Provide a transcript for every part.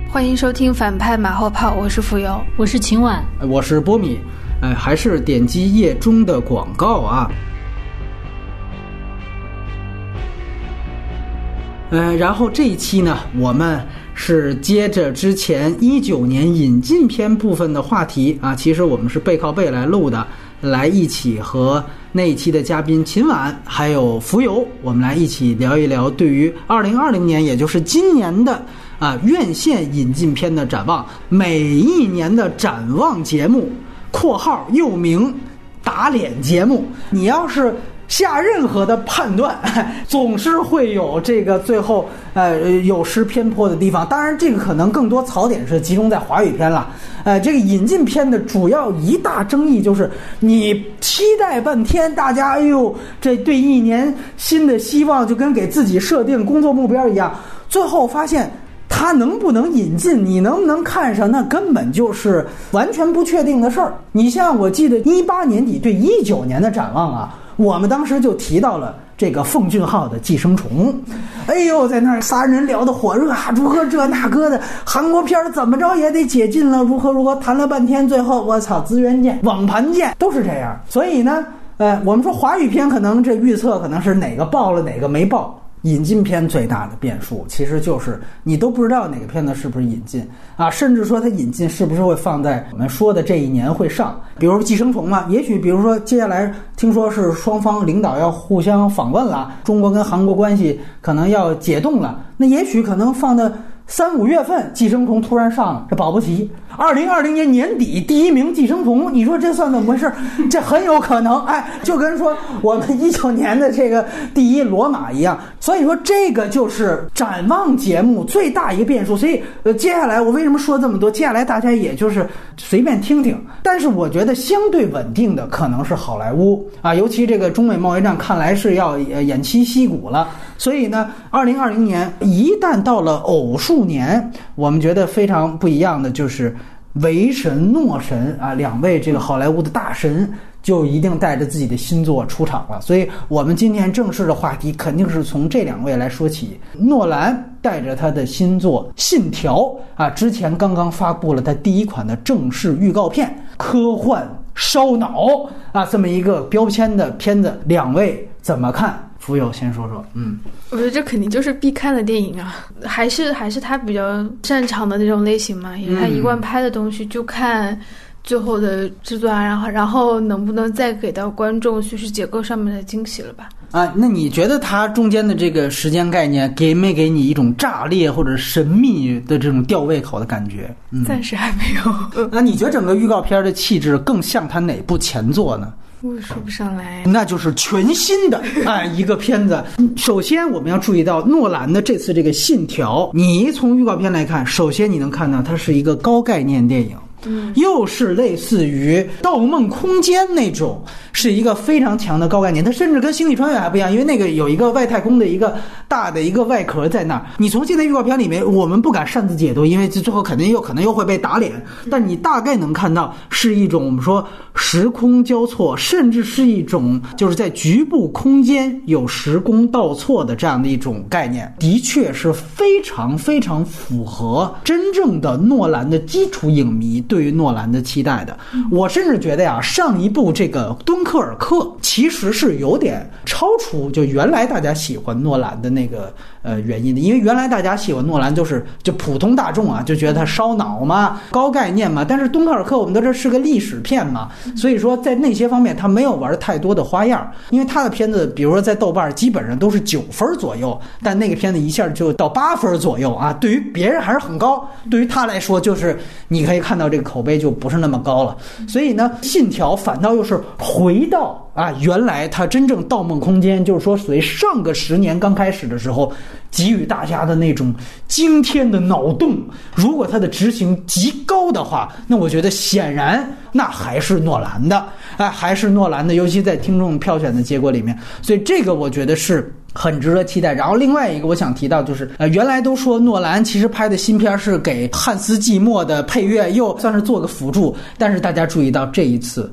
欢迎收听反派马后炮，我是浮游， 我是秦晚， 我是波米。还是点击页中的广告啊。然后这一期呢，我们是接着之前19年引进片部分的话题啊，其实我们是背靠背来录的，来一起和那一期的嘉宾秦晚还有浮游，我们来一起聊一聊对于2020年，也就是今年的院线引进片的展望，每一年的展望节目（括号又名打脸节目）。你要是下任何的判断，总是会有这个最后有失偏颇的地方。当然，这个可能更多槽点是集中在华语片了。这个引进片的主要一大争议就是你期待半天，大家这对一年新的希望就跟给自己设定工作目标一样，最后发现它能不能引进，你能不能看上，那根本就是完全不确定的事儿。你像我记得18年底对19年的展望啊，我们当时就提到了这个奉俊昊的《寄生虫》，在那儿仨人聊得火热啊，如何这那个的，韩国片怎么着也得解禁了，如何谈了半天，最后我操，资源见网盘见，都是这样。所以呢我们说华语片可能这预测可能是哪个爆了哪个没爆，引进片最大的变数其实就是你都不知道哪个片子是不是引进啊，甚至说它引进是不是会放在我们说的这一年会上。比如寄生虫嘛，也许比如说接下来听说是双方领导要互相访问了，中国跟韩国关系可能要解冻了，那也许可能放的3、5月份寄生虫突然上了，这保不齐2020年年底第一名寄生虫，你说这算怎么回事？这很有可能就跟说我们19年的这个第一罗马一样。所以说这个就是展望节目最大一个变数。所以接下来我为什么说这么多，接下来大家也就是随便听听。但是我觉得相对稳定的可能是好莱坞啊，尤其这个中美贸易战看来是要偃旗息鼓了。所以呢2020年一旦到了偶数年，我们觉得非常不一样的就是维神诺神啊，两位这个好莱坞的大神就一定带着自己的新作出场了。所以我们今天正式的话题肯定是从这两位来说起。诺兰带着他的新作信条啊，之前刚刚发布了他第一款的正式预告片，科幻烧脑啊这么一个标签的片子，两位怎么看？浮游先说说。 我觉得这肯定就是必看的电影啊，还是他比较擅长的那种类型嘛，因为他一贯拍的东西就看最后的制作啊，然后能不能再给到观众叙事结构上面的惊喜了吧。 那你觉得它中间的这个时间概念给没给你一种炸裂或者神秘的这种吊胃口的感觉？ 暂时还没有。 那你觉得整个预告片的气质更像他哪部前作呢？ 我说不上来， 那就是全新的一个片子。首先我们要注意到诺兰的这次这个信条，你从预告片来看，首先你能看到它是一个高概念电影，又是类似于《盗梦空间》那种，是一个非常强的高概念。它甚至跟《星际穿越》还不一样，因为那个有一个外太空的一个大的一个外壳在那儿。你从现在预告片里面，我们不敢擅自解读，因为最后肯定可能又会被打脸。但你大概能看到是一种我们说时空交错，甚至是一种就是在局部空间有时空倒错的这样的一种概念，的确是非常非常符合真正的诺兰的基础影迷对于诺兰的期待的。我甚至觉得上一部这个敦刻尔克其实是有点超出就原来大家喜欢诺兰的那个原因的，因为原来大家喜欢诺兰就普通大众就觉得他烧脑嘛，高概念嘛，但是敦刻尔克我们都知道是个历史片嘛，所以说在那些方面他没有玩太多的花样，因为他的片子比如说在豆瓣基本上都是9分左右，但那个片子一下就到8分左右啊，对于别人还是很高，对于他来说就是你可以看到这个口碑就不是那么高了。所以呢信条反倒又是回到原来它真正盗梦空间，就是说属于上个10年刚开始的时候给予大家的那种惊天的脑洞，如果它的执行极高的话，那我觉得显然那还是诺兰的还是诺兰的，尤其在听众票选的结果里面。所以这个我觉得是很值得期待。然后另外一个我想提到就是原来都说诺兰其实拍的新片是给汉斯季默的配乐又算是做个辅助，但是大家注意到这一次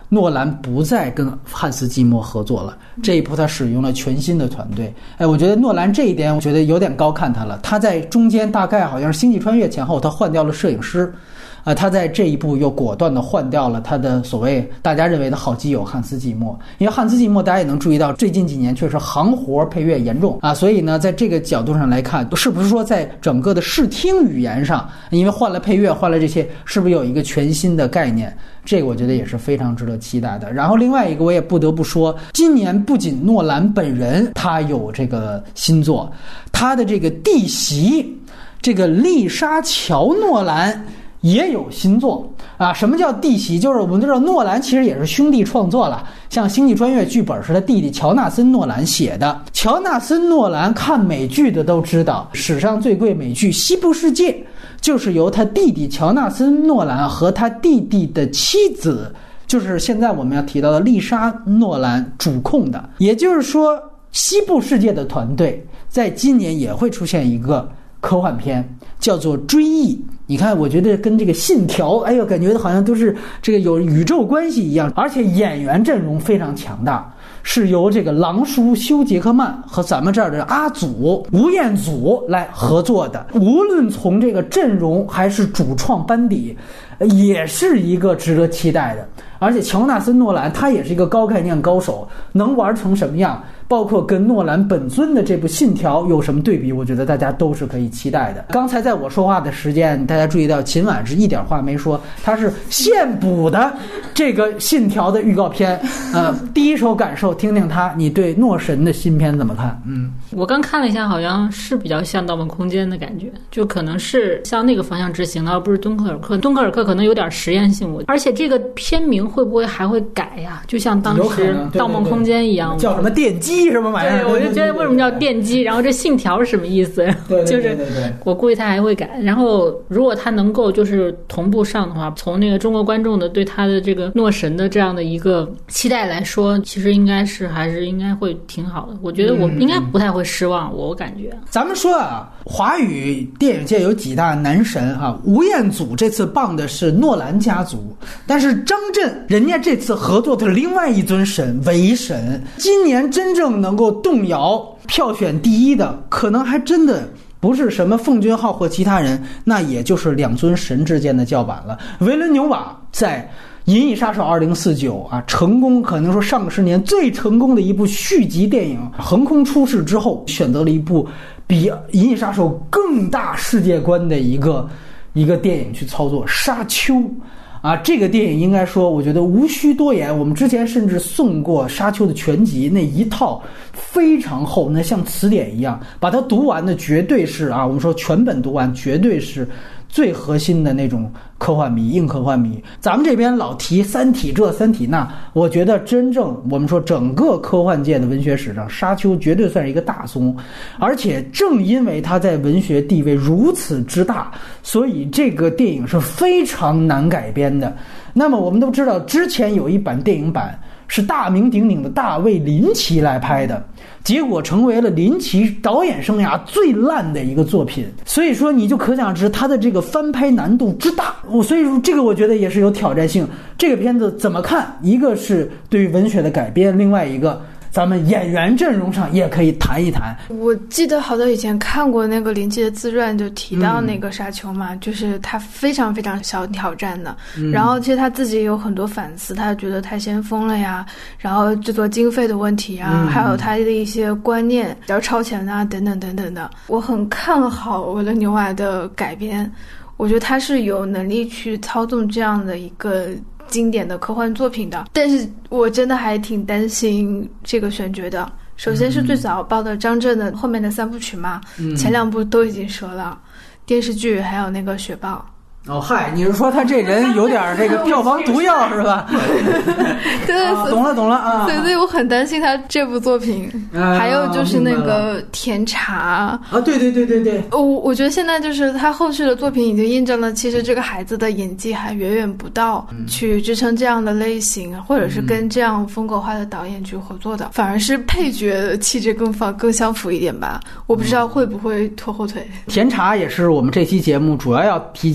诺兰不再跟汉斯季默合作了，这一部他使用了全新的团队。我觉得诺兰这一点我觉得有点高看他了。他在中间大概好像是星际穿越前后，他换掉了摄影师，他在这一步又果断地换掉了他的所谓大家认为的好基友汉斯季默。因为汉斯季默大家也能注意到最近几年确实行活配乐严重啊，所以呢在这个角度上来看，是不是说在整个的视听语言上，因为换了配乐换了这些，是不是有一个全新的概念，这个我觉得也是非常值得期待的。然后另外一个我也不得不说，今年不仅诺兰本人他有这个新作，他的这个弟媳这个丽莎乔诺兰也有新作啊！什么叫弟媳？就是我们知道诺兰其实也是兄弟创作了，像《星际穿越》剧本是他弟弟乔纳森·诺兰写的。乔纳森·诺兰看美剧的都知道，史上最贵美剧《西部世界》就是由他弟弟乔纳森·诺兰和他弟弟的妻子，就是现在我们要提到的丽莎·诺兰主控的。也就是说，《西部世界》的团队在今年也会出现一个科幻片，叫做《追忆》。你看，我觉得跟这个信条，哎呦，感觉好像都是这个有宇宙关系一样，而且演员阵容非常强大，是由这个狼叔休·杰克曼和咱们这儿的阿祖吴彦祖来合作的。无论从这个阵容还是主创班底，也是一个值得期待的。而且乔纳森·诺兰他也是一个高概念高手，能玩成什么样，包括跟诺兰本尊的这部《信条》有什么对比，我觉得大家都是可以期待的。刚才在我说话的时间，大家注意到秦晚是一点话没说，他是现补的这个《信条》的预告片。第一手感受，听听他，你对诺神的新片怎么看？ 我刚看了一下，好像是比较像《盗梦空间》的感觉，就可能是向那个方向执行的，而不是敦刻尔克。敦刻尔克可能有点实验性，而且这个片名会不会还会改呀？就像当时《盗梦空间》一样， 叫什么电击什么玩意儿？ 对，我就觉得为什么叫电击？然后这信条是什么意思？就是我估计他还会改。然后如果他能够就是同步上的话，从那个中国观众的对他的这个诺神的这样的一个期待来说，其实应该会挺好的。我觉得我应该不太会失望，我感觉。 咱们说啊，华语电影界有几大男神啊，吴彦祖这次傍的是诺兰家族，但是张震人家这次合作的是另外一尊神为神。今年真正能够动摇票选第一的，可能还真的不是什么奉俊昊或其他人，那也就是两尊神之间的叫板了。维伦纽瓦在《银翼杀手2049》啊，成功可能说上个10年最成功的一部续集电影，横空出世之后，选择了一部比《银翼杀手》更大世界观的一个电影去操作《沙丘》。啊，这个电影应该说我觉得无需多言，我们之前甚至送过沙丘的全集，那一套非常厚，那像词典一样，把它读完的绝对是啊，我们说全本读完绝对是最核心的那种科幻迷，硬科幻迷。咱们这边老提三体这三体那，我觉得真正我们说整个科幻界的文学史上，沙丘绝对算是一个大宗，而且正因为它在文学地位如此之大，所以这个电影是非常难改编的。那么我们都知道，之前有一版电影版是大名鼎鼎的大卫林奇来拍的，结果成为了林奇导演生涯最烂的一个作品。所以说你就可想而知他的这个翻拍难度之大，所以说这个我觉得也是有挑战性。这个片子怎么看？一个是对于文学的改编，另外一个咱们演员阵容上也可以谈一谈。 我记得好多以前看过那个林奇的自传，就提到那个沙丘嘛，就是他非常非常小挑战的，然后其实他自己有很多反思，他觉得太先锋了呀，然后制作经费的问题啊，还有他的一些观念比较超前啊，等等等等的。我很看好维伦纽瓦的改编，我觉得他是有能力去操纵这样的一个经典的科幻作品的，但是我真的还挺担心这个选角的。首先是最早报的张震的后面的3部曲嘛，前2部都已经说了，电视剧还有那个雪豹。 哦嗨，你是说他这人有点这个票房毒药是吧？ 对， 懂了啊。 所以我很担心他这部作品。还有就是那个甜茶啊，对。 我觉得现在就是他后续的作品已经印证了，其实这个孩子的演技还远远不到去支撑这样的类型，或者是跟这样风格化的导演去合作的，反而是配角的气质更相符一点吧。我不知道会不会拖后腿。 甜茶也是我们这期节目主要提及的一个人。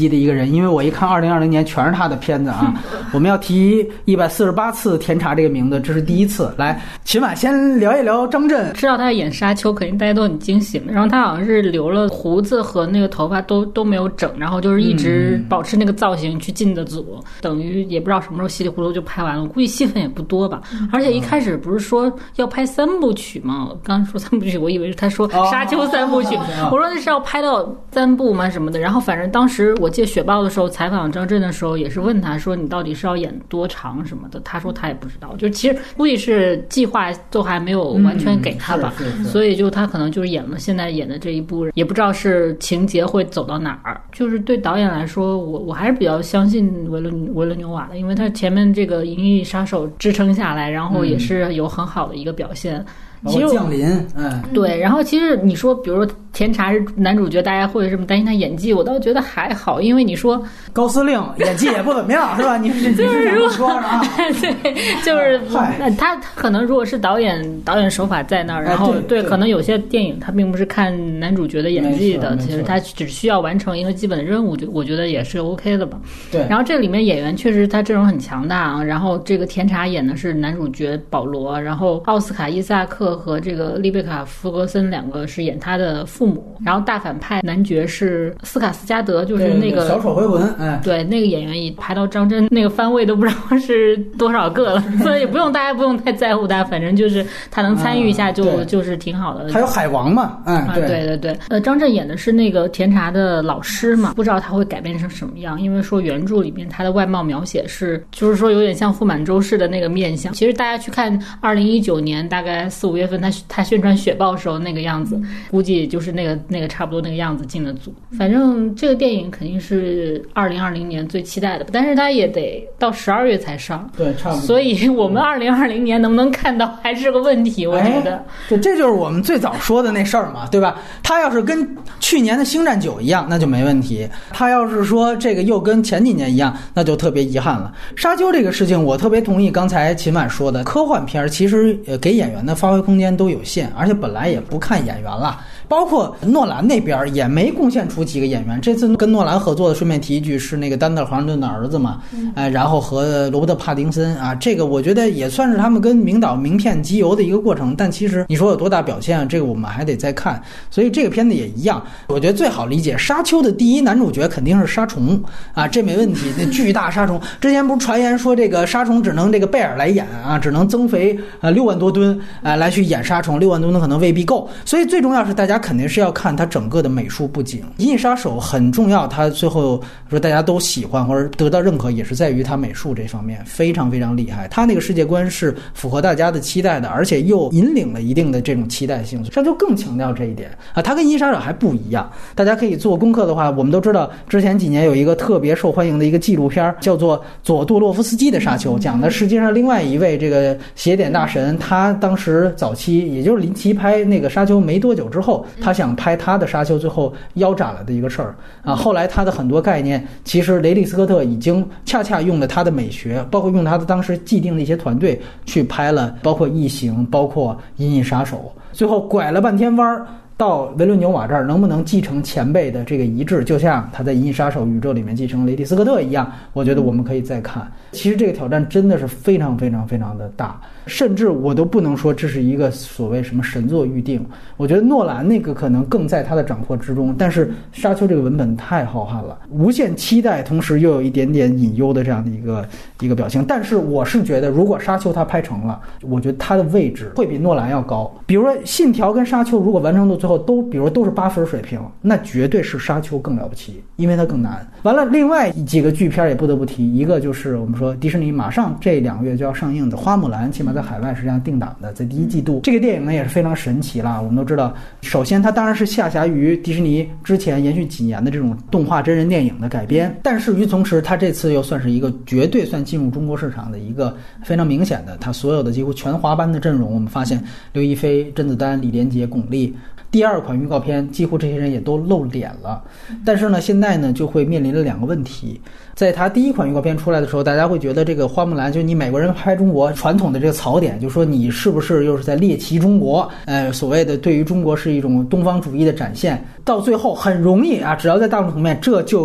人，因为我一看2020年全是他的片子啊。我们要提148次甜茶这个名字，这是第一次。来，秦晚先聊一聊张震。 知道他演沙丘，肯定大家都很惊喜嘛。然后他好像是留了胡子和那个头发都没有整，然后就是一直保持那个造型去进的组，等于也不知道什么时候稀里糊涂就拍完了。我估计戏份也不多吧。而且一开始不是说要拍3部曲吗？我刚说3部曲，我以为是他说沙丘3部曲，我说那是要拍到3部吗什么的。然后反正当时我记得雪豹的时候采访张震的时候，也是问他说你到底是要演多长什么的，他说他也不知道，就其实估计是计划都还没有完全给他吧，所以就他可能就是演了现在演的这一部，也不知道是情节会走到哪儿。就是对导演来说，我还是比较相信维伦纽瓦的，因为他前面这个《银翼杀手》支撑下来，然后也是有很好的一个表现。 其实降临， 对。然后其实你说，比如说甜茶是男主角，大家会这么担心他演技，我倒觉得还好，因为你说高司令演技也不怎么样，是吧？你是这么说的啊？ 对，就是他可能如果是导演手法在那儿，然后对，可能有些电影他并不是看男主角的演技的，其实他只需要完成一个基本的任务，我觉得也是 OK 的吧。 对。 然后这里面演员确实他阵容很强大啊，然后这个甜茶演的是男主角保罗，然后奥斯卡伊萨克和这个丽贝卡·福格森2个是演他的父母，然后大反派男爵是斯卡斯加德，就是那个小丑回魂， 对，那个演员一排到张震那个番位都不知道是多少个了，所以大家不用太在乎他，反正就是他能参与一下就是挺好的。 还有海王嘛， 对，张震演的是那个甜茶的老师嘛，不知道他会改变成什么样，因为说原著里面他的外貌描写是，就是说有点像傅满洲式的那个面相。其实大家去看2019年大概4、5月份他宣传雪豹时候那个样子，估计就是那个差不多那个样子进了组。反正这个电影肯定是2020年最期待的，但是它也得到12月才上， 对，差不多。 所以我们2020年能不能看到还是个问题，我觉得。 这就是我们最早说的那事儿嘛，对吧？他要是跟去年的《星战9》一样，那就没问题；他要是说这个又跟前几年一样，那就特别遗憾了。沙丘这个事情，我特别同意刚才秦晚说的，科幻片其实给演员的发挥空间都有限，而且本来也不看演员了。包括诺兰那边也没贡献出几个演员。这次跟诺兰合作的，顺便提一句，是那个丹特·华盛顿的儿子嘛，然后和罗伯特·帕丁森啊，这个我觉得也算是他们跟名导名片集邮的一个过程。但其实你说有多大表现，这个我们还得再看。所以这个片子也一样，我觉得最好理解，沙丘的第一男主角肯定是沙虫啊，这没问题。那巨大沙虫，之前不是传言说这个沙虫只能这个贝尔来演啊，只能增肥6万多吨来去演沙虫，6万多吨可能未必够。所以最重要是大家肯定是要看它整个的美术布景。《银翼杀手》很重要，它最后说大家都喜欢或者得到认可，也是在于它美术这方面非常非常厉害。它那个世界观是符合大家的期待的，而且又引领了一定的这种期待性，它就更强调这一点啊。它跟《银翼杀手》还不一样，大家可以做功课的话，我们都知道之前几年有一个特别受欢迎的一个纪录片，叫做《佐杜洛夫斯基的沙丘》，讲的实际上另外一位这个邪典大神，他当时早期也就是林奇拍那个沙丘没多久之后，他想拍他的沙丘，最后腰斩了的一个事儿啊。后来他的很多概念，其实雷利斯科特已经恰恰用了他的美学，包括用他的当时既定的一些团队去拍了，包括异形，包括银翼杀手，最后拐了半天弯到维伦纽瓦这儿，能不能继承前辈的这个遗志，就像他在《银翼杀手》宇宙里面继承雷迪斯科特一样，我觉得我们可以再看。其实这个挑战真的是非常非常非常的大，甚至我都不能说这是一个所谓什么神作预定。我觉得诺兰那个可能更在他的掌握之中，但是沙丘这个文本太浩瀚了，无限期待，同时又有一点点隐忧的这样的一个表情。但是我是觉得，如果沙丘它拍成了，我觉得它的位置会比诺兰要高。比如说信条跟沙丘如果完成度最后都比如都是8分水平，那绝对是沙丘更了不起，因为它更难。完了，另外几个巨片也不得不提，一个就是我们说迪士尼马上这2个月就要上映的《花木兰》，起码在海外实际上定档的，在第1季度。这个电影呢也是非常神奇啦。我们都知道，首先它当然是下辖于迪士尼之前延续几年的这种动画真人电影的改编，但是与此同时，它这次又算是一个绝对算进入中国市场的一个非常明显的，它所有的几乎全华班的阵容，我们发现刘亦菲、甄子丹、李连杰、巩俐。第2款预告片几乎这些人也都露脸了，但是呢现在呢就会面临了2个问题。在他第1款预告片出来的时候，大家会觉得这个花木兰，就你美国人拍中国传统的这个槽点，就说你是不是又是在猎奇中国，所谓的对于中国是一种东方主义的展现，到最后很容易啊，只要在大众层面这就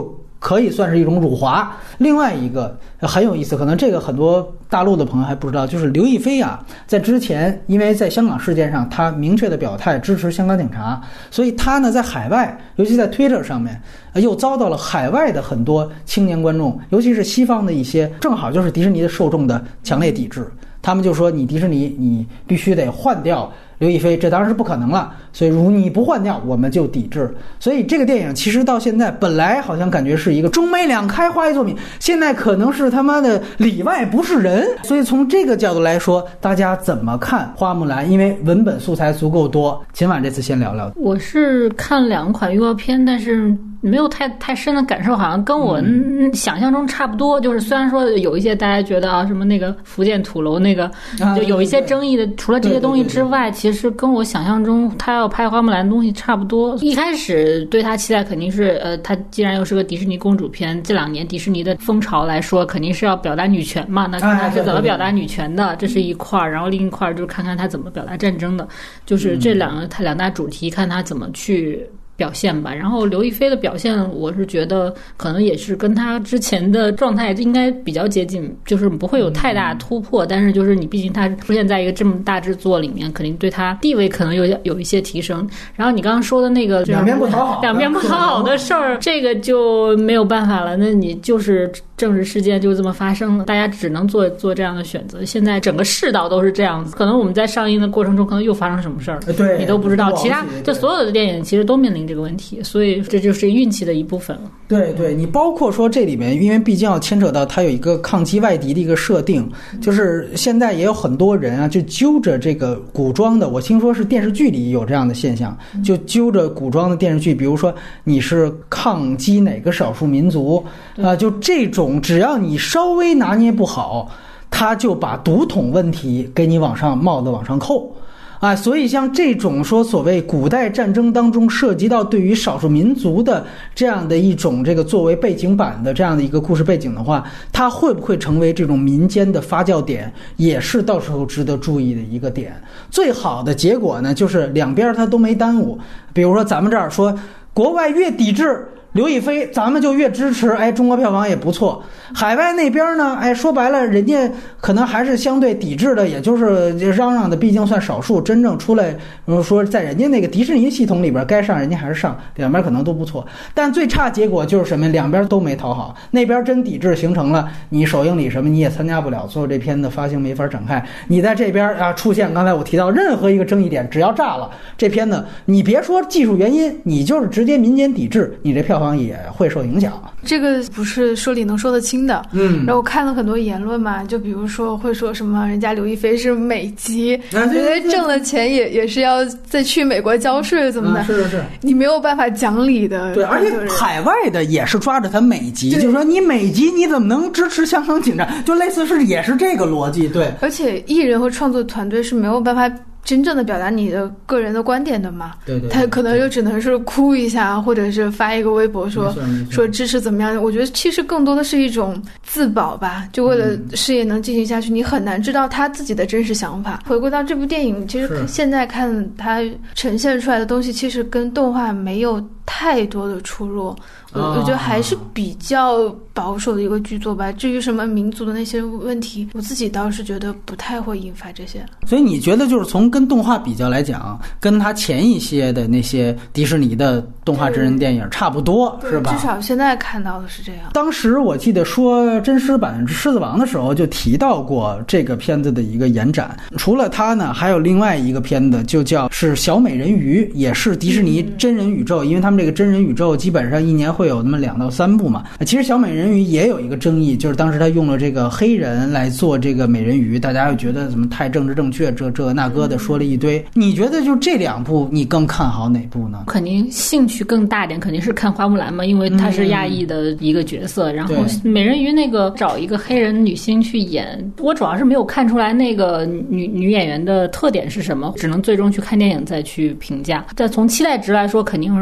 可以算是一种辱华。另外一个很有意思，可能这个很多大陆的朋友还不知道，就是刘亦菲啊，在之前因为在香港事件上他明确的表态支持香港警察，所以他呢在海外，尤其在 Twitter 上面又遭到了海外的很多青年观众，尤其是西方的一些正好就是迪士尼的受众的强烈抵制。他们就说你迪士尼你必须得换掉刘亦菲，这当然是不可能了，所以如果你不换掉我们就抵制。所以这个电影其实到现在本来好像感觉是一个中美两开花艺作品，现在可能是他妈的里外不是人。所以从这个角度来说，大家怎么看花木兰？因为文本素材足够多，今晚这次先聊聊。 我是看2款预告片，但是没有太深的感受，好像跟我想象中差不多。就是虽然说有一些大家觉得啊，什么那个福建土楼那个就有一些争议的，除了这些东西之外，其实跟我想象中他要拍花木兰的东西差不多。一开始对他期待肯定是他既然又是个迪士尼公主片，这2年迪士尼的风潮来说肯定是要表达女权嘛，那看他是怎么表达女权的，这是一块。然后另一块就是看看他怎么表达战争的，就是这他2大主题，看他怎么去表现吧。然后刘亦菲的表现，我是觉得可能也是跟她之前的状态应该比较接近，就是不会有太大突破。但是就是你毕竟她出现在一个这么大制作里面，肯定对她地位可能有一些提升。然后你刚刚说的那个两边不讨好的事儿，这个就没有办法了。那你就是政治事件就这么发生了，大家只能做这样的选择。现在整个世道都是这样子，可能我们在上映的过程中，可能又发生什么事儿， 对， 你都不知道。其他就所有的电影其实都面临这个问题，所以这就是运气的一部分了。 对，你包括说这里面，因为毕竟要牵扯到它有一个抗击外敌的一个设定，就是现在也有很多人啊，就揪着这个古装的，我听说是电视剧里有这样的现象，就揪着古装的电视剧，比如说你是抗击哪个少数民族就这种，只要你稍微拿捏不好，他就把毒统问题给你帽子往上扣。所以像这种说所谓古代战争当中涉及到对于少数民族的这样的一种这个作为背景板的这样的一个故事背景的话，它会不会成为这种民间的发酵点，也是到时候值得注意的一个点。最好的结果呢，就是两边它都没耽误。比如说咱们这儿说国外越抵制刘亦菲，咱们就越支持，中国票房也不错。海外那边呢，说白了，人家可能还是相对抵制的，也就是嚷嚷的，毕竟算少数，真正出来说在人家那个迪士尼系统里边该上人家还是上，两边可能都不错。但最差结果就是什么，两边都没讨好，那边真抵制形成了，你首映礼什么你也参加不了，最后这片子发行没法展开。你在这边出现刚才我提到任何一个争议点，只要炸了，这片子你别说技术原因，你就是直接民间抵制，你这票房也会受影响。 这个不是说理能说得清的。然后我看了很多言论嘛，就比如说会说什么人家刘亦菲是美籍，人家挣了钱也是要再去美国交税怎么的， 是你没有办法讲理的。 对，而且海外的也是抓着他美籍，就是说你美籍你怎么能支持香港警察，就类似是也是这个逻辑。对， 而且艺人和创作团队是没有办法真正的表达你的个人的观点的嘛。 对， 他可能就只能是哭一下，或者是发一个微博说支持怎么样。我觉得其实更多的是一种自保吧，就为了事业能进行下去，你很难知道他自己的真实想法。回归到这部电影，其实现在看它呈现出来的东西，其实跟动画没有太多的出入。我觉得还是比较保守的一个剧作吧。至于什么民族的那些问题，我自己倒是觉得不太会引发这些。 所以你觉得就是从跟动画比较来讲，跟它前一些的那些迪士尼的动画真人电影差不多，是吧？ 至少现在看到的是这样。 当时我记得说真实版《狮子王》的时候就提到过这个片子的一个延展。除了它呢，还有另外一个片子就叫是小美人鱼，也是迪士尼真人宇宙。因为他们这个真人宇宙基本上一年会有那么2到3部嘛。其实小美人鱼也有一个争议，就是当时他用了这个黑人来做这个美人鱼，大家又觉得怎么太政治正确，这那个的说了一堆。你觉得就这2部你更看好哪部呢？ 肯定兴趣更大点，肯定是看花木兰嘛，因为她是亚裔的一个角色。然后美人鱼那个找一个黑人女星去演，我主要是没有看出来那个女演员的特点是什么，只能最终去看电影再去评价。但从期待值来说，肯定是花木兰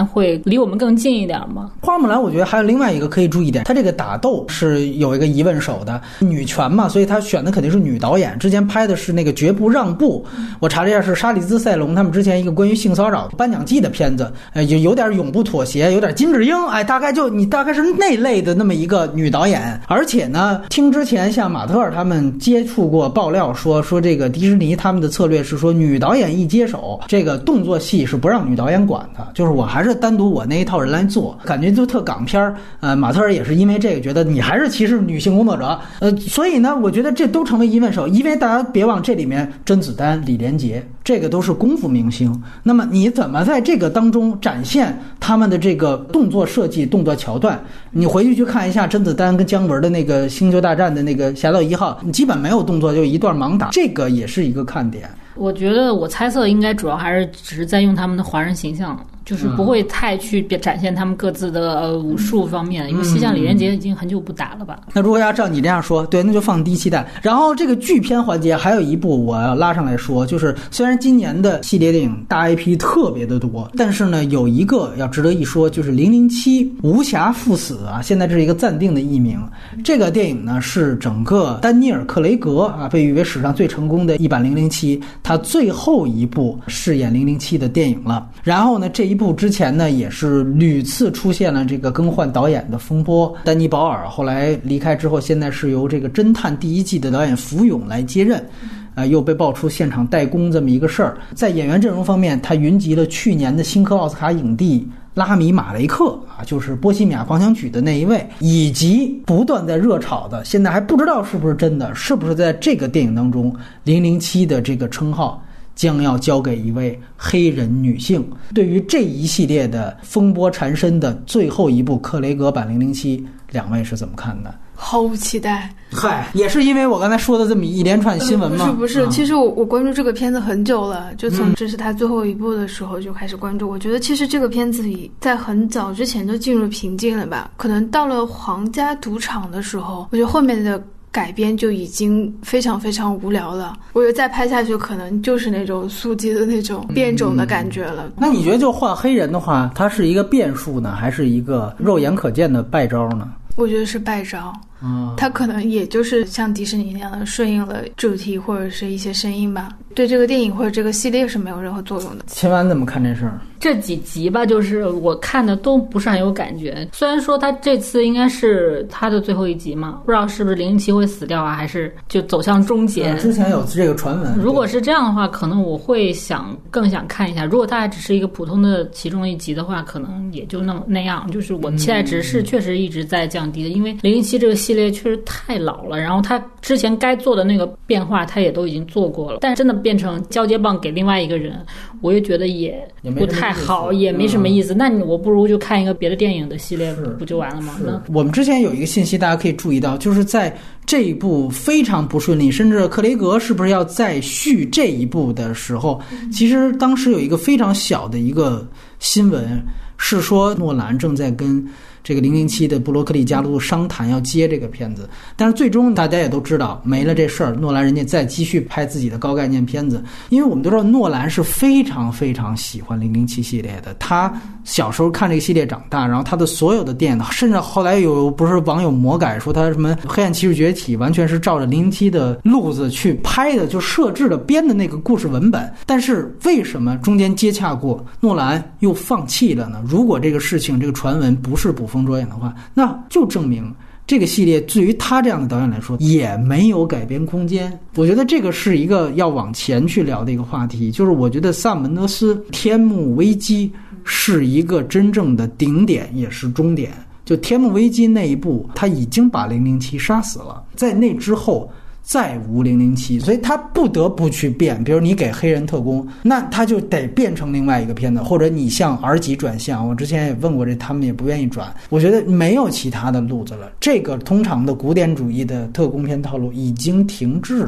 兰会离我们更近一点吗？ 花木兰我觉得还有另外一个可以注意点，他这个打斗是有一个疑问手的，女权嘛，所以他选的肯定是女导演。之前拍的是那个绝不让步，我查了一下是沙里兹塞隆他们之前一个关于性骚扰颁奖季的片子，有点永不妥协，有点金智英，大概是那类的那么一个女导演。而且呢，听之前像马特尔他们接触过爆料说这个迪士尼他们的策略是说，女导演一接手，这个动作戏是不让女导演管的，就是我还是单独我那一套人来做，感觉就特港片。马特尔也是因为这个觉得你还是歧视女性工作者，所以呢，我觉得这都成为疑问手，因为大家别忘这里面甄子丹、李连杰这个都是功夫明星，那么你怎么在这个当中展现他们的这个动作设计、动作桥段？你回去看一下甄子丹跟姜文的那个星球大战的那个侠盗1号，你基本没有动作，就一段盲打，这个也是一个看点。 我觉得我猜测应该主要还是只是在用他们的华人形象，就是不会太去展现他们各自的武术方面，因为像李连杰已经很久不打了吧。 那如果要照你这样说，对，那就放低期待。然后这个剧片环节还有一部我要拉上来说，就是虽然今年的系列电影大 IP 特别的多，但是呢有一个要值得一说，就是007无暇赴死啊，现在这是一个暂定的译名。这个电影呢是整个丹尼尔·克雷格啊被誉为史上最成功的一版007，他最后一部饰演007的电影了。然后呢这一部之前呢也是屡次出现了这个更换导演的风波，丹尼保尔后来离开之后，现在是由这个侦探第1季的导演福永来接任，又被爆出现场代工这么一个事儿。在演员阵容方面，他云集了去年的新科奥斯卡影帝拉米马雷克啊，就是《波西米亚狂想曲》的那一位，以及不断在热炒的，现在还不知道是不是真的，是不是在这个电影当中007的这个称号将要交给一位黑人女性。对于这一系列的风波缠身的最后一部克雷格版007，两位是怎么看的？ 毫无期待。 嗨，也是因为我刚才说的这么一连串新闻吗？ 不是，其实我关注这个片子很久了，就从这是他最后一部的时候就开始关注。我觉得其实这个片子里在很早之前就进入瓶颈了吧，可能到了皇家赌场的时候，我觉得后面的改编就已经非常非常无聊了，我觉得再拍下去可能就是那种速激的那种变种的感觉了。 那你觉得就换黑人的话，它是一个变数呢，还是一个肉眼可见的败招呢？ 我觉得是败招。它可能也就是像迪士尼那样的顺应了主题或者是一些声音吧，对这个电影或者这个系列是没有任何作用的。 秦岚怎么看这事儿？ 这几集吧，就是我看的都不是很有感觉。虽然说他这次应该是他的最后一集嘛，不知道是不是007会死掉啊，还是就走向终结。 之前有这个传闻。 如果是这样的话，可能我会更想看一下。如果他还只是一个普通的其中一集的话，可能也就那样。就是我期待值是确实一直在降低的，因为007这个系列确实太老了，然后他之前该做的那个变化他也都已经做过了，但真的变成交接棒给另外一个人，我也觉得也不太好，也没什么意思。那我不如就看一个别的电影的系列不就完了吗？ 我们之前有一个信息大家可以注意到，就是在这一部非常不顺利，甚至克雷格是不是要再续这一部的时候，其实当时有一个非常小的一个新闻，是说诺兰正在跟这个007的布罗克利家族商谈要接这个片子，但是最终大家也都知道没了这事儿，诺兰人家再继续拍自己的高概念片子。因为我们都知道诺兰是非常非常喜欢007系列的，他小时候看这个系列长大，然后他的所有的电影，甚至后来不是网友魔改说他什么黑暗骑士崛起完全是照着007的路子去拍的，就设置的编的那个故事文本。但是为什么中间接洽过诺兰又放弃了呢？如果这个事情这个传闻不是捕风捉影的话，那就证明这个系列对于他这样的导演来说也没有改编空间。我觉得这个是一个要往前去聊的一个话题，就是我觉得萨姆门德斯天幕危机是一个真正的顶点也是终点。就天幕危机那一部他已经把007杀死了，在那之后再无007，所以他不得不去变。比如你给黑人特工，那他就得变成另外一个片子，或者你向 R 级转向。我之前也问过这，他们也不愿意转。我觉得没有其他的路子了，这个通常的古典主义的特工片套路已经停滞了。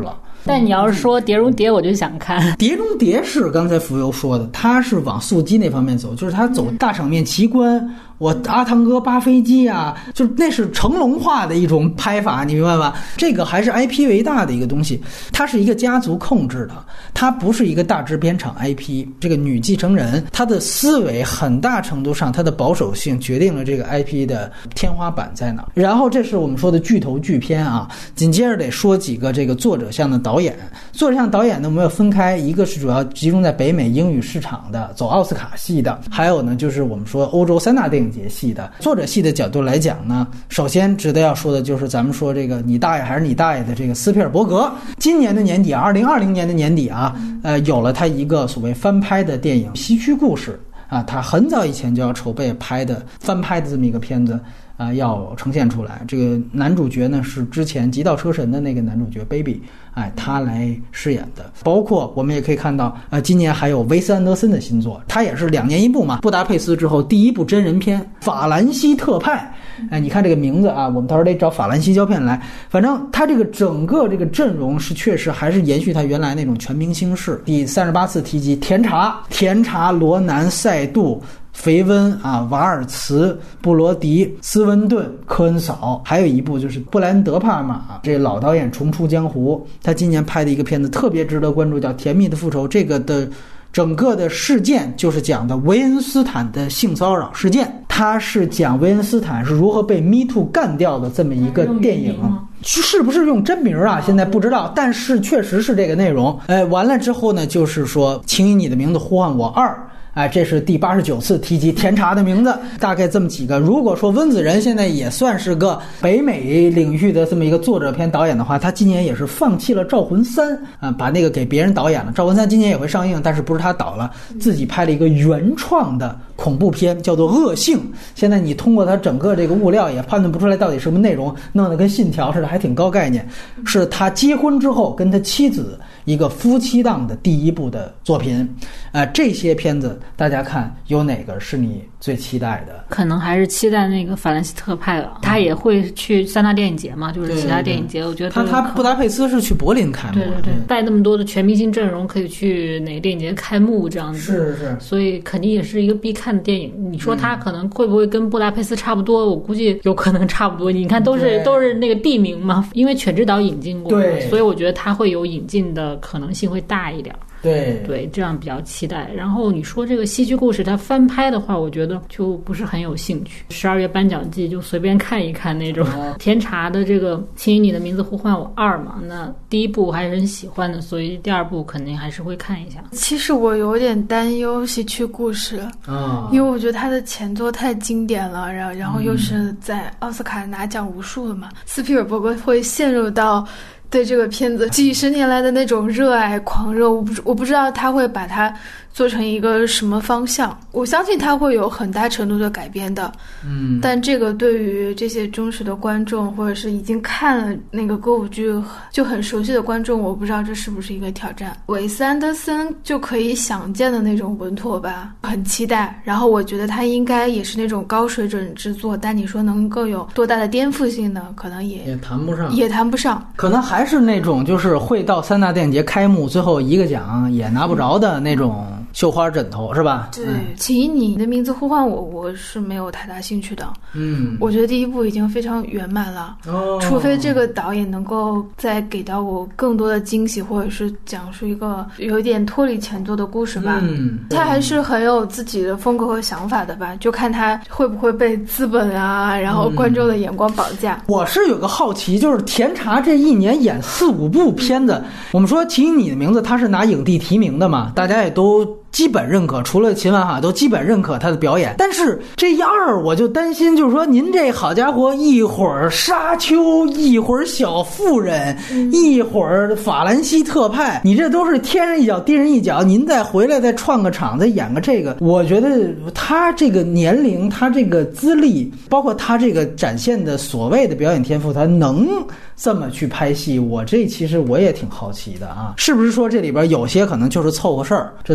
但你要是说碟中谍我就想看。 碟中谍是刚才浮游说的，他是往速激那方面走，就是他走大场面奇观，我阿汤哥扒飞机啊，就那是成龙化的一种拍法，你明白吧？这个还是 IP 为大的一个东西，它是一个家族控制的，它不是一个大制片厂 IP。这个女继承人，她的思维很大程度上，她的保守性决定了这个 IP 的天花板在哪。然后这是我们说的巨头巨片啊，紧接着得说几个这个作者向的导演。作者向导演呢，我们要分开，一个是主要集中在北美英语市场的，走奥斯卡系的，还有呢就是我们说欧洲3大电影节系的。作者系的角度来讲呢，首先值得要说的就是咱们说这个你大爷还是你大爷的这个斯皮尔伯格，今年的年底2020年的年底啊，有了他一个所谓翻拍的电影《西区故事》啊，他很早以前就要筹备拍的翻拍的这么一个片子要呈现出来。这个男主角呢是之前《极道车神》的那个男主角 Baby， 他来饰演的。包括我们也可以看到今年还有维斯安德森的新作，他也是2年1部嘛，布达佩斯之后第一部真人片《法兰西特派》。你看这个名字啊，我们到时候得找法兰西胶片来。反正他这个整个这个阵容是确实还是延续他原来那种全明星式。第38次提及甜茶、罗南、塞杜、肥温啊、瓦尔茨、布罗迪、斯温顿、科恩嫂，还有一部就是布莱恩德帕玛，这老导演重出江湖，他今年拍的一个片子特别值得关注，叫《甜蜜的复仇》。这个的整个的事件就是讲的维恩斯坦的性骚扰事件，它是讲维恩斯坦是如何被 Me Too 干掉的这么一个电影。是不是用真名啊？现在不知道，但是确实是这个内容。完了之后呢，就是说，请以你的名字呼唤我2。这是第89次提及甜茶的名字，大概这么几个。如果说温子仁现在也算是个北美领域的这么一个作者片导演的话，他今年也是放弃了《招魂3》把那个给别人导演了。《招魂3》今年也会上映，但是不是他导了，自己拍了一个原创的恐怖片，叫做《恶性》。现在你通过他整个这个物料也判断不出来到底什么内容，弄得跟信条似的，还挺高概念。是他结婚之后跟他妻子一个夫妻档的第一部的作品。这些片子大家看有哪个是你最期待的？ 可能还是期待那个法兰西特派了。他也会去3大电影节嘛，就是其他电影节。我觉得他布达佩斯是去柏林开幕， 对，带那么多的全明星阵容，可以去哪个电影节开幕这样子。 是， 所以肯定也是一个必看的电影。你说他可能会不会跟布达佩斯差不多？我估计有可能差不多。你看都是那个地名嘛，因为犬之岛引进过，所以我觉得他会有引进的可能性会大一点。对，这样比较期待。然后你说这个戏剧故事它翻拍的话，我觉得就不是很有兴趣。12月颁奖季就随便看一看那种。甜茶的这个请以你的名字呼唤我2嘛，那第一部还是很喜欢的，所以第2部肯定还是会看一下。 其实我有点担忧戏剧故事因为我觉得它的前作太经典了，然后又是在奥斯卡拿奖无数了嘛，斯皮尔伯格会陷入到对这个片子几十年来的那种热爱狂热，我不知道他会把它做成一个什么方向。我相信他会有很大程度的改编的，但这个对于这些忠实的观众或者是已经看了那个歌舞剧就很熟悉的观众，我不知道这是不是一个挑战。韦斯安德森就可以想见的那种稳妥吧，很期待。然后我觉得他应该也是那种高水准制作，但你说能够有多大的颠覆性呢？可能也谈不上， 可能还是那种就是会到3大电影节开幕最后一个奖也拿不着的那种绣花枕头，是吧？ 对，请以你的名字呼唤我，我是没有太大兴趣的。我觉得第一部已经非常圆满了，除非这个导演能够再给到我更多的惊喜，或者是讲述一个有点脱离前作的故事吧。他还是很有自己的风格和想法的吧，就看他会不会被资本啊，然后观众的眼光绑架。 我是有个好奇，就是甜茶这一年演4、5部片子，我们说请以你的名字他是拿影帝提名的嘛，大家也都基本认可，除了秦婉哈都基本认可他的表演。但是这2我就担心，就是说您这好家伙，一会儿沙丘，一会儿小妇人，一会儿法兰西特派，你这都是天上一脚地上一脚，您再回来再串个场再演个这个，我觉得他这个年龄，他这个资历，包括他这个展现的所谓的表演天赋，他能这么去拍戏，我这其实我也挺好奇的啊，是不是说这里边有些可能就是凑合事儿，这都不好说。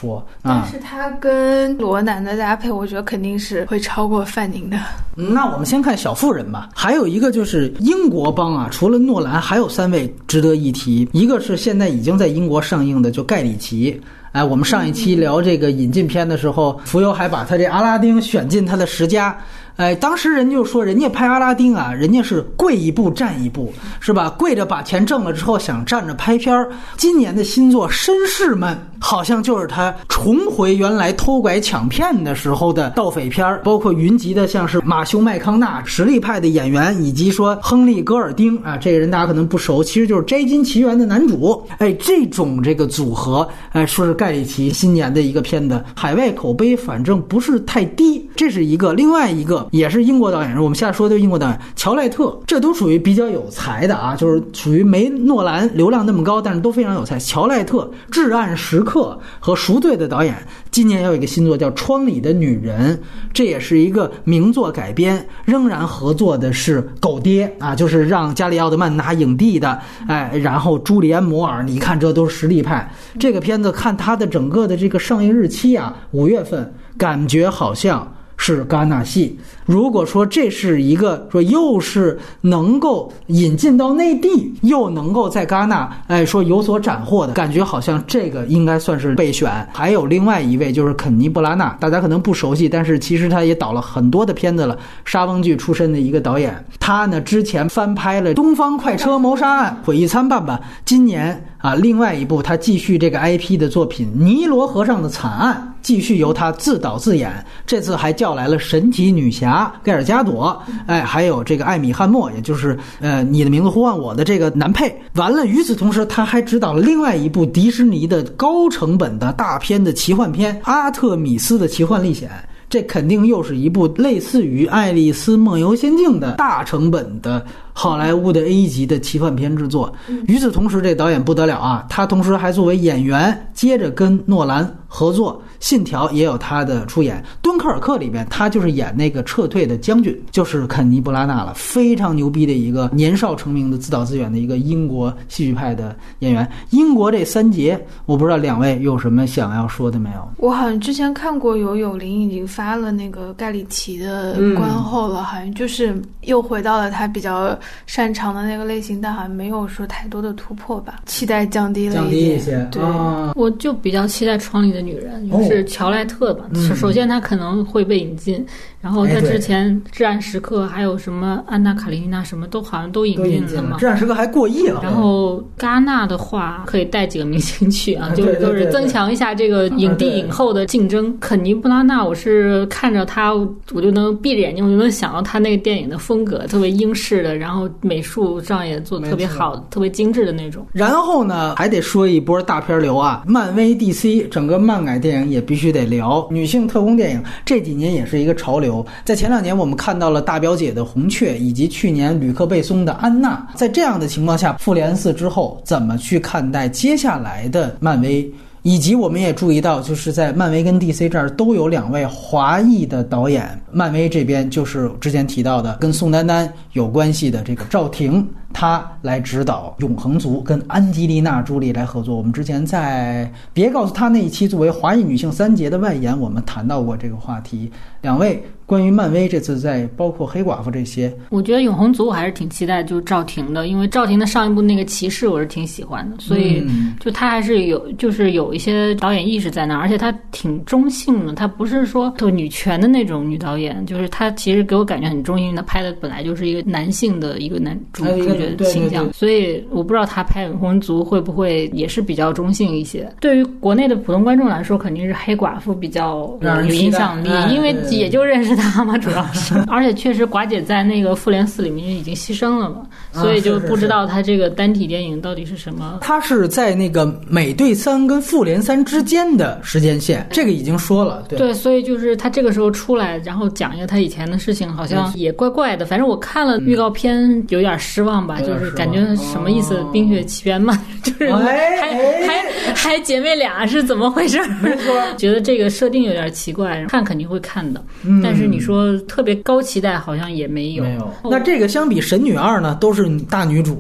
说但是他跟罗南的搭配，我觉得肯定是会超过范宁的。 那我们先看小妇人吧。还有一个就是英国帮啊，除了诺兰，还有3位值得一提。一个是现在已经在英国上映的，就盖里奇。我们上一期聊这个引进片的时候，浮游还把他这阿拉丁选进他的10佳。当时人就说人家拍阿拉丁啊，人家是跪一步站一步，是吧？跪着把钱挣了之后想站着拍片儿。今年的新作《绅士们》好像就是他重回原来偷拐抢骗的时候的盗匪片儿，包括云集的像是马修麦康纳实力派的演员，以及说亨利戈尔丁啊，这个人大家可能不熟，其实就是《摘金奇缘》的男主。这种这个组合，说是盖里奇新年的一个片子，海外口碑反正不是太低，这是一个。另外一个也是英国导演，我们现在说的英国导演乔赖特，这都属于比较有才的啊，就是属于没诺兰流量那么高，但是都非常有才。乔赖特、至暗时刻和赎罪的导演，今年有一个新作叫《窗里的女人》，这也是一个名作改编，仍然合作的是狗爹啊，就是让加里奥德曼拿影帝的，然后朱利安摩尔，你看这都是实力派。这个片子看它的整个的这个上映日期啊，5月份，感觉好像是戛纳系。如果说这是一个说又是能够引进到内地，又能够在戛纳说有所斩获的感觉，好像这个应该算是备选。还有另外一位就是肯尼布拉纳，大家可能不熟悉，但是其实他也导了很多的片子了，莎翁剧出身的一个导演。他呢之前翻拍了《东方快车谋杀案》《毁誉参半吧》，今年另外一部他继续这个 IP 的作品《尼罗河上的惨案》，继续由他自导自演，这次还叫来了神奇女侠盖尔加朵，还有这个艾米汉默，也就是你的名字呼唤我的这个男配。完了，与此同时他还指导了另外一部迪士尼的高成本的大片的奇幻片《阿特米斯的奇幻历险》，这肯定又是一部类似于《爱丽丝梦游仙境》的大成本的好莱坞的 A 级的奇幻片制作。与此同时，这导演不得了啊，他同时还作为演员接着跟诺兰合作，信条也有他的出演，敦刻尔克里面他就是演那个撤退的将军，就是肯尼布拉纳了，非常牛逼的一个年少成名的自导自演的一个英国戏剧派的演员。英国这3杰，我不知道2位有什么想要说的没有？ 我好像之前看过有林已经发了那个盖里奇的观后了，好像就是又回到了他比较擅长的那个类型，但好像没有说太多的突破吧，期待降低了一些。 对， 我就比较期待《窗里的女人》，就是乔赖特吧。首先他可能会被引进，然后他之前《至暗时刻》还有什么《安娜卡列尼娜》什么都好像都引进了嘛，《 至暗时刻》还过亿了。 然后戛纳的话可以带几个明星去啊，就是增强一下这个影帝影后的竞争。肯尼布拉纳，我是看着他，我就能闭着眼睛，我就能想到他那个电影的风格，特别英式的，然后美术上也做得特别好，特别精致的那种。 然后呢，还得说一波大片流啊，漫威 DC 整个漫改电影也必须得聊。女性特工电影这几年也是一个潮流，在前2年我们看到了大表姐的红雀，以及去年吕克贝松的安娜。在这样的情况下，复联4之后怎么去看待接下来的漫威？以及我们也注意到，就是在漫威跟 DC 这儿都有2位华裔的导演。漫威这边就是之前提到的跟宋丹丹有关系的这个赵婷，他来指导《永恒族》，跟安吉丽娜·朱莉来合作。我们之前在别告诉他那一期作为华裔女性3杰的外延，我们谈到过这个话题。2位关于漫威这次在包括黑寡妇这些， 我觉得《永恒族》我还是挺期待就是赵婷的，因为赵婷的上一部那个骑士我是挺喜欢的，所以就他还是有一些导演意识在那儿，而且他挺中性的，他不是说特女权的那种女导演，就是他其实给我感觉很中性，他拍的本来就是一个男性的一个男主角的形象，所以我不知道他拍《永恒族》会不会也是比较中性一些。对于国内的普通观众来说，肯定是黑寡妇比较有影响力，因为也就认识他嘛，主要是而且确实寡姐在那个复联4里面已经牺牲了嘛，所以就不知道他这个单体电影到底是什么。 他是在那个美队3跟复联3之间的时间线，这个已经说了。 对，所以就是他这个时候出来然后讲一个他以前的事情，好像也怪怪的。反正我看了预告片有点失望吧，就是感觉什么意思，冰雪奇缘嘛，就是还姐妹俩是怎么回事？觉得这个设定有点奇怪，看肯定会看的，但是你说特别高期待好像也没有。 那这个相比神女2呢，都是大女主啊，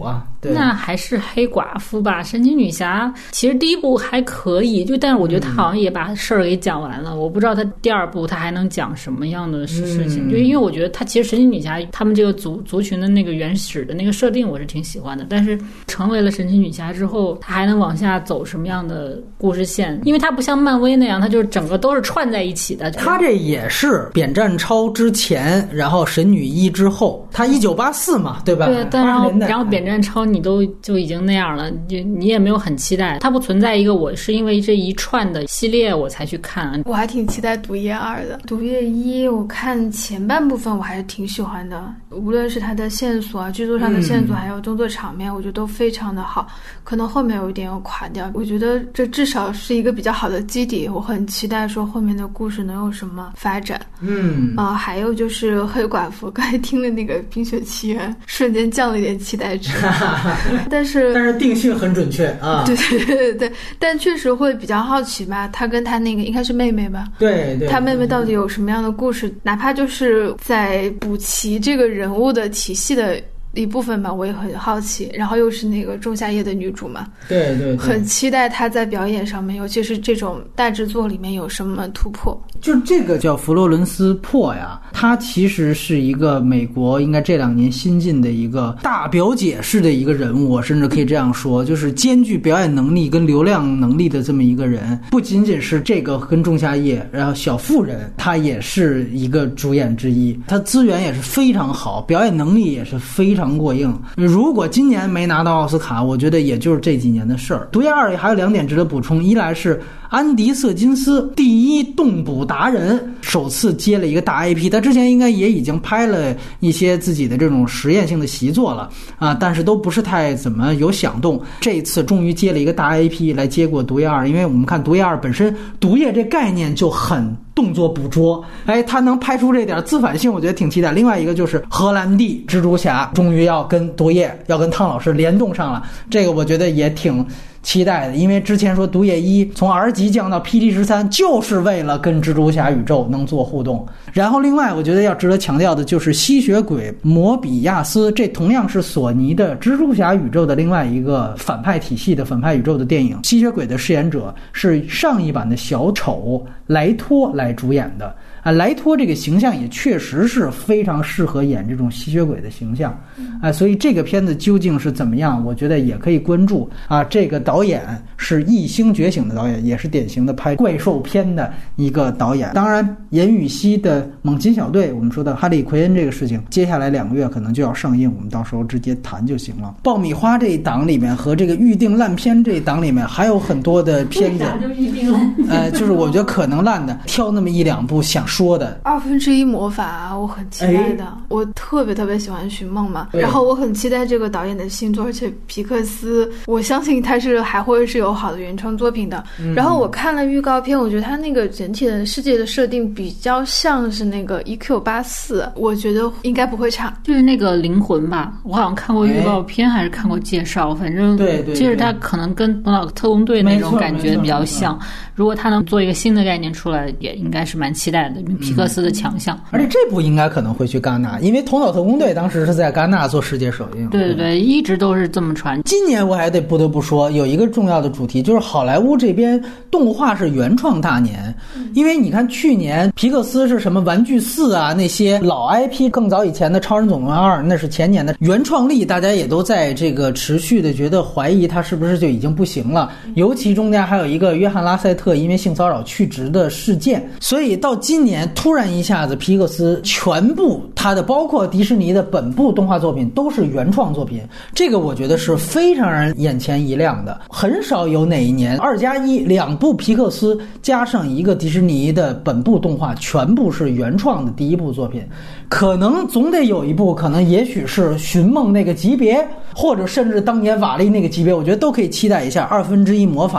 那还是黑寡妇吧。神奇女侠其实第一部还可以，但是我觉得他好像也把事儿给讲完了，我不知道他第二部他还能讲什么样的事情。就因为我觉得他其实神奇女侠他们这个族群的那个原始的那个设定我是挺喜欢的，但是成为了神奇女侠之后，他还能往下走什么样的故事线？因为他不像漫威那样，他就是整个都是串在一起的。 他这也是扁战超之前，然后神女一之后，他1984嘛，对吧？ 对，但然后扁战超你就已经那样了，你也没有很期待。它不存在一个我是因为这一串的系列我才去看。 我还挺期待毒液2的。毒液1我看前半部分我还是挺喜欢的，无论是它的线索啊，剧作上的线索，还有动作场面，我觉得都非常的好。可能后面有一点要垮掉，我觉得这至少是一个比较好的基底，我很期待说后面的故事能有什么发展。还有就是黑寡妇，刚才听了那个冰雪奇缘，瞬间降了一点期待值。但是定性很准确啊。 对，但确实会比较好奇吧，他跟他那个应该是妹妹吧， 对， 他妹妹到底有什么样的故事，哪怕就是在补齐这个人物的体系的一部分吧，我也很好奇。然后又是那个仲夏夜的女主嘛， 对， 很期待她在表演上面，尤其是这种大制作里面有什么突破。 就这个叫佛罗伦斯珀呀，她其实是一个美国应该这2年新进的一个大表姐式的一个人物，我甚至可以这样说，就是兼具表演能力跟流量能力的这么一个人。不仅仅是这个跟仲夏夜，然后小妇人她也是一个主演之一，她资源也是非常好，表演能力也是非常过硬。如果今年没拿到奥斯卡，我觉得也就是这几年的事儿。毒液2还有2点值得补充，一来是安迪·瑟金斯第一动捕达人，首次接了一个大 IP， 他之前应该也已经拍了一些自己的这种实验性的习作了啊，但是都不是太怎么有响动。这一次终于接了一个大 IP 来接过毒液2，因为我们看毒液2本身毒液这概念就很动作捕捉，他能拍出这点自反性，我觉得挺期待。另外一个就是荷兰弟蜘蛛侠终于要跟毒液要跟汤老师联动上了，这个我觉得也挺期待的，因为之前说毒液1从 R 级降到 PG-13 就是为了跟蜘蛛侠宇宙能做互动。然后另外我觉得要值得强调的就是吸血鬼摩比亚斯，这同样是索尼的蜘蛛侠宇宙的另外一个反派体系的反派宇宙的电影。吸血鬼的饰演者是上一版的小丑莱托来主演的啊，莱托这个形象也确实是非常适合演这种吸血鬼的形象啊，所以这个片子究竟是怎么样，我觉得也可以关注啊。这个导演是异星觉醒的导演，也是典型的拍怪兽片的一个导演。当然严禹锡的猛禽小队，我们说的哈利奎恩这个事情，接下来2个月可能就要上映，我们到时候直接谈就行了。爆米花这一档里面和这个预定烂片这一档里面还有很多的片子， 就预定烂就是我觉得可能烂的，挑那么1-2部想说的。 1/2魔法我很期待的，我特别喜欢寻梦嘛，然后我很期待这个导演的新作，而且皮克斯我相信他是还会是有好的原创作品的。然后我看了预告片，我觉得他那个整体的世界的设定比较像是那个 EQ84， 我觉得应该不会差。 就是那个灵魂吧，我好像看过预告片还是看过介绍，反正对， 就是他可能跟头脑特工队那种感觉比较像。如果他能做一个新的概念出来，也应该是蛮期待的，因为皮克斯的强项。 而且这部应该可能会去戛纳，因为头脑特工队当时是在戛纳做世界首映。 对，一直都是这么传。 今年我还不得不说有一个重要的主题，就是好莱坞这边动画是原创大年。因为你看去年皮克斯是什么玩具4啊，那些老 IP 更早以前的超人总动员2那是前年的原创力，大家也都在这个持续的觉得怀疑它是不是就已经不行了。尤其中间还有一个约翰拉塞特因为性骚扰去职的事件，所以到今年突然一下子皮克斯全部它的包括迪士尼的本部动画作品都是原创作品，这个我觉得是非常让人眼前一亮的。很少有哪一年2+1部皮克斯加上一个迪士尼的本部动画全部是原创的第一部作品，可能总得有一部可能也许是寻梦那个级别，或者甚至当年瓦力那个级别，我觉得都可以期待一下1/2魔法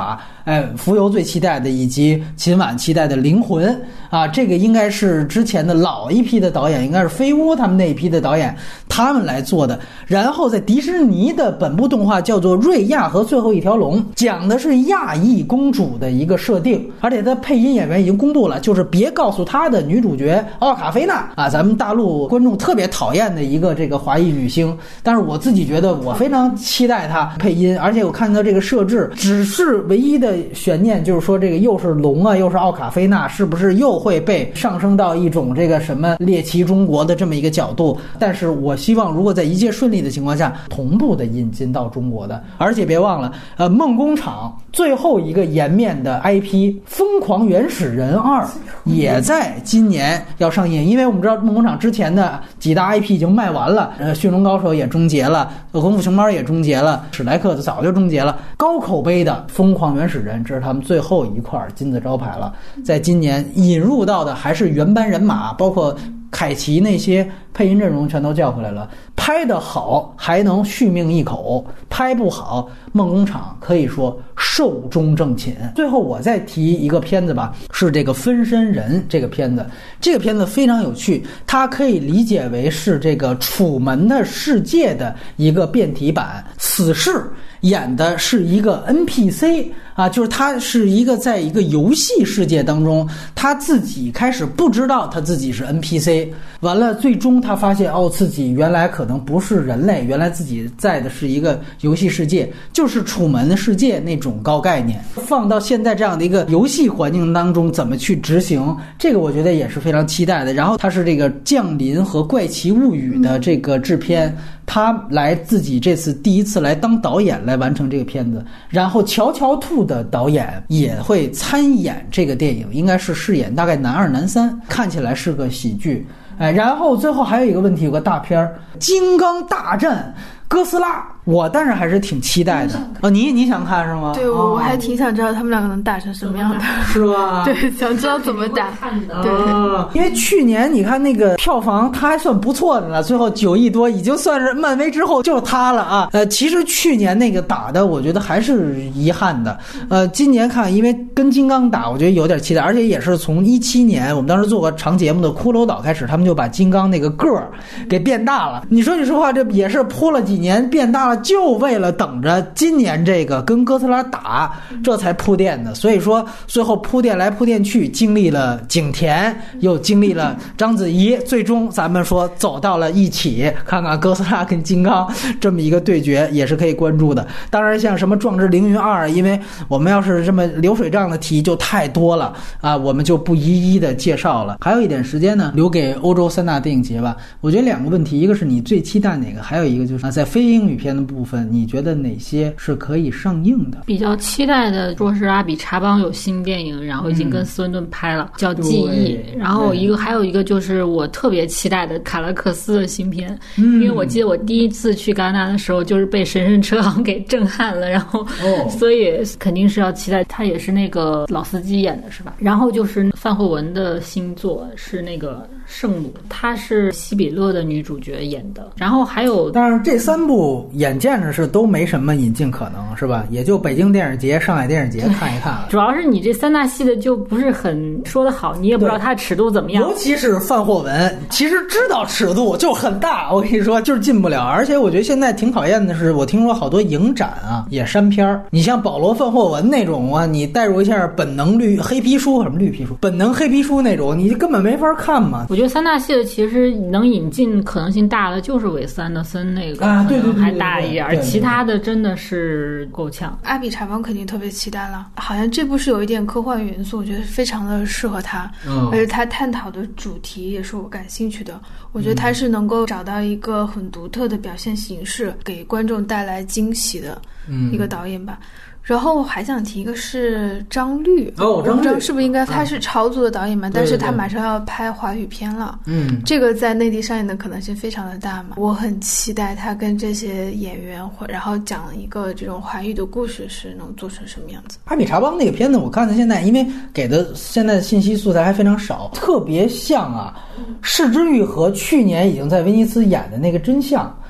蜉蝣最期待的，以及秦晚期待的灵魂啊，这个应该是之前的老一批的导演，应该是飞屋他们那一批的导演他们来做的。然后在迪士尼的本部动画叫做《瑞亚和最后一条龙》，讲的是亚裔公主的一个设定，而且他配音演员已经公布了，就是别告诉他的女主角奥卡菲娜啊，咱们大陆观众特别讨厌的一个这个华裔女星，但是我自己觉得我非常期待她配音，而且我看到这个设置，只是唯一的悬念就是说这个又是龙啊，又是奥卡菲娜，是不是又会被上升到一种这个什么猎奇中国的这么一个角度？但是我希望如果在一切顺利的情况下，同步的引进到中国的，而且别忘了，梦工厂最后一个颜面的 IP《疯狂原始人2》也在今年要上映，因为我们知道梦工厂之前的几大 IP 已经卖完了，驯龙高手也终结了，功夫熊猫也终结了，史莱克的早就终结了，高口碑的《疯狂原始人》这是他们最后一块金字招牌了，在今年引入到的还是原班人马，包括凯奇那些配音阵容全都叫回来了，拍得好还能续命一口，拍不好梦工厂可以说寿终正寝。最后我再提一个片子吧，是这个分身人这个片子，这个片子非常有趣，它可以理解为是这个楚门的世界的一个变体版，死侍演的是一个 NPC 啊，就是他是一个在一个游戏世界当中，他自己开始不知道他自己是 NPC， 完了最终他发现自己原来可能不是人类，原来自己在的是一个游戏世界，就是楚门的世界那种高概念，放到现在这样的一个游戏环境当中怎么去执行，这个我觉得也是非常期待的。然后他是这个降临和怪奇物语的这个制片，他来自己这次第一次来当导演来完成这个片子，然后乔乔兔的导演也会参演这个电影，应该是饰演大概男二男三，看起来是个喜剧。然后最后还有一个问题，有个大片《金刚大战哥斯拉》，我但是还是挺期待的。你想看是吗？ 对，我还挺想知道他们两个能打成什么样的， 是吧？ 对，想知道怎么打。对， 因为去年你看那个票房，它还算不错的了，最后9亿多，已经算是漫威之后就是它了啊。其实去年那个打的，我觉得还是遗憾的。今年看，因为跟金刚打，我觉得有点期待，而且也是从17年我们当时做过长节目的骷髅岛开始，他们就把金刚那个个儿给变大了。你说句实话，这也是铺了几年变大了，就为了等着今年这个跟哥斯拉打，这才铺垫的。所以说最后铺垫来铺垫去，经历了景甜，又经历了章子怡，最终咱们说走到了一起，看看哥斯拉跟金刚这么一个对决也是可以关注的。当然像什么壮志凌云2，因为我们要是这么流水账的题就太多了啊，我们就不一一的介绍了。还有一点时间呢，留给欧洲3大电影节吧。我觉得2个问题，一个是你最期待哪个，还有一个就是在非英语片的部分，你觉得哪些是可以上映的？ 比较期待的说是阿比查邦有新电影，然后已经跟斯文顿拍了，叫《记忆》。然后还有一个就是我特别期待的卡拉克斯的新片，因为我记得我第一次去戛纳的时候就是被神圣车行给震撼了，然后所以肯定是要期待。他也是那个老司机演的是吧？然后就是范慧文的新作是那个圣母，她是西比勒的女主角演的。然后还有， 当然这3部眼见着是都没什么引进可能是吧？也就北京电影节、上海电影节看一看了。 主要是你这3大系的就不是很说得好，你也不知道它的尺度怎么样。 尤其是范霍文，其实知道尺度就很大，我跟你说就是进不了。而且我觉得现在挺讨厌的是，我听说好多影展啊也删片儿。你像保罗范霍文那种啊，你带入一下本能黑皮书什么绿皮书，本能黑皮书那种，你根本没法看嘛。 我觉得3大系的其实能引进可能性大的就是韦斯安德森那个啊，对， 还大一点，其他的真的是够呛。 阿比查邦肯定特别期待了，好像这部是有一点科幻元素，我觉得非常的适合他，而且他探讨的主题也是我感兴趣的。我觉得他是能够找到一个很独特的表现形式，给观众带来惊喜的一个导演吧。然后我还想提一个是张律，张律是不是应该他是朝族的导演嘛？但是他马上要拍华语片了，这个在内地上映的可能性非常的大嘛。我很期待他跟这些演员，然后讲一个这种华语的故事是能做成什么样子。 阿比查邦那个片子，我看到现在因为给的现在的信息素材还非常少，特别像啊，释之愈合去年已经在威尼斯演的那个真相。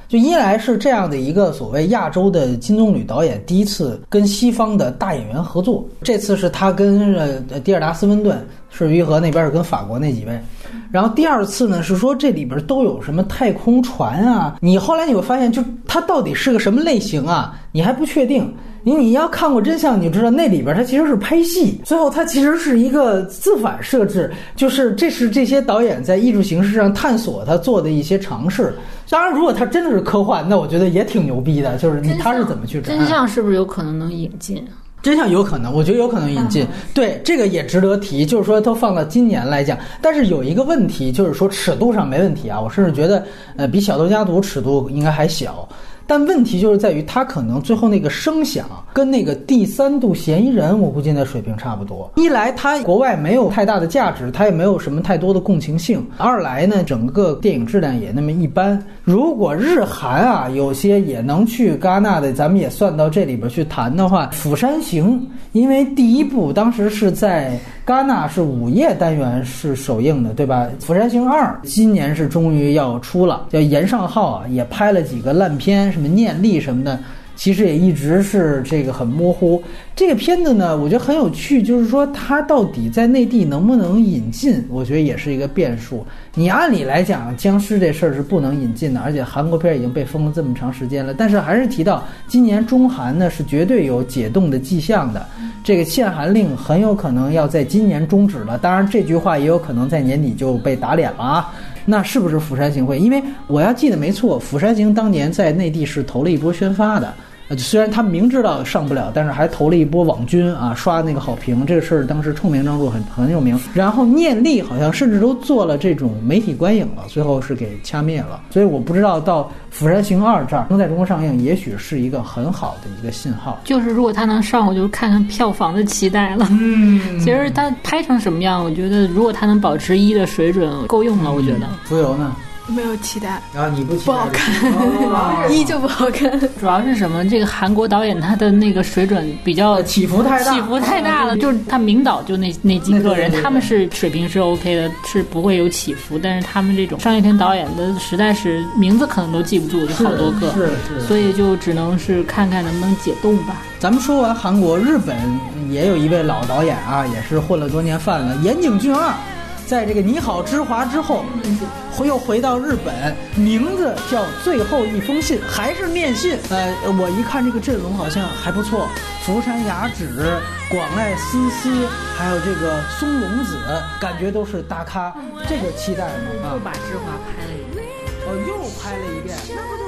就一来是这样的一个所谓亚洲的金棕榈导演第一次跟西方的大演员合作，这次是他跟蒂尔达斯温顿，是于和那边是跟法国那几位。然后第二次呢是说这里边都有什么太空船啊，你后来你会发现就它到底是个什么类型啊，你还不确定。你要看过真相，你就知道那里边它其实是拍戏，最后它其实是一个自反设置，就是这是这些导演在艺术形式上探索他做的一些尝试。当然如果他真的是科幻，那我觉得也挺牛逼的，就是他是怎么去展真相是不是有可能能引进？ 真相有可能，我觉得有可能引进。对，这个也值得提，就是说都放到今年来讲。但是有一个问题，就是说尺度上没问题啊，我甚至觉得比小偷家族尺度应该还小。但问题就是在于他可能最后那个声响跟那个第三度嫌疑人我估计那水平差不多。一来他国外没有太大的价值，他也没有什么太多的共情性，二来呢整个电影质量也那么一般。如果日韩啊有些也能去戛纳的，咱们也算到这里边去谈的话，釜山行因为第一部当时是在戛纳是午夜单元是首映的，对吧？釜山行2今年是终于要出了，叫岩上浩啊，也拍了几个烂片，什么念力什么的，其实也一直是这个很模糊。这个片子呢我觉得很有趣，就是说它到底在内地能不能引进，我觉得也是一个变数。你按理来讲僵尸这事儿是不能引进的，而且韩国片已经被封了这么长时间了，但是还是提到今年中韩呢是绝对有解冻的迹象的，这个限韩令很有可能要在今年终止了，当然这句话也有可能在年底就被打脸了啊。那是不是釜山行会？因为我要记得没错，釜山行当年在内地是投了一波宣发的，虽然他明知道上不了，但是还投了一波网军啊，刷那个好评，这个事儿当时臭名昭著，很有名。然后念力好像甚至都做了这种媒体观影了，最后是给掐灭了。所以我不知道到釜山行2这儿能在中国上映，也许是一个很好的一个信号。 就是如果他能上，我就看看票房的期待了。其实他拍成什么样，我觉得如果他能保持1的水准，够用了。我觉得。 浮游呢？ 没有期待啊，你不期待？ 不好看，依旧不好看。 主要是什么？这个韩国导演他的那个水准比较起伏太大了，就是他明导就那几个人，他们是水平是 OK 的，是不会有起伏。但是他们这种商业片导演的实在是名字可能都记不住，就好多个， 是， 所以就只能是看看能不能解冻吧。 咱们说完韩国，日本也有一位老导演啊，也是混了多年饭了，岩井俊二。在这个你好之华之后又回到日本，名字叫最后一封信，还是念信。我一看这个阵容好像还不错，福山雅治、广濑丝丝还有这个松隆子，感觉都是大咖，这个期待吗？ 又把之华拍了一遍。 又拍了一遍，那不就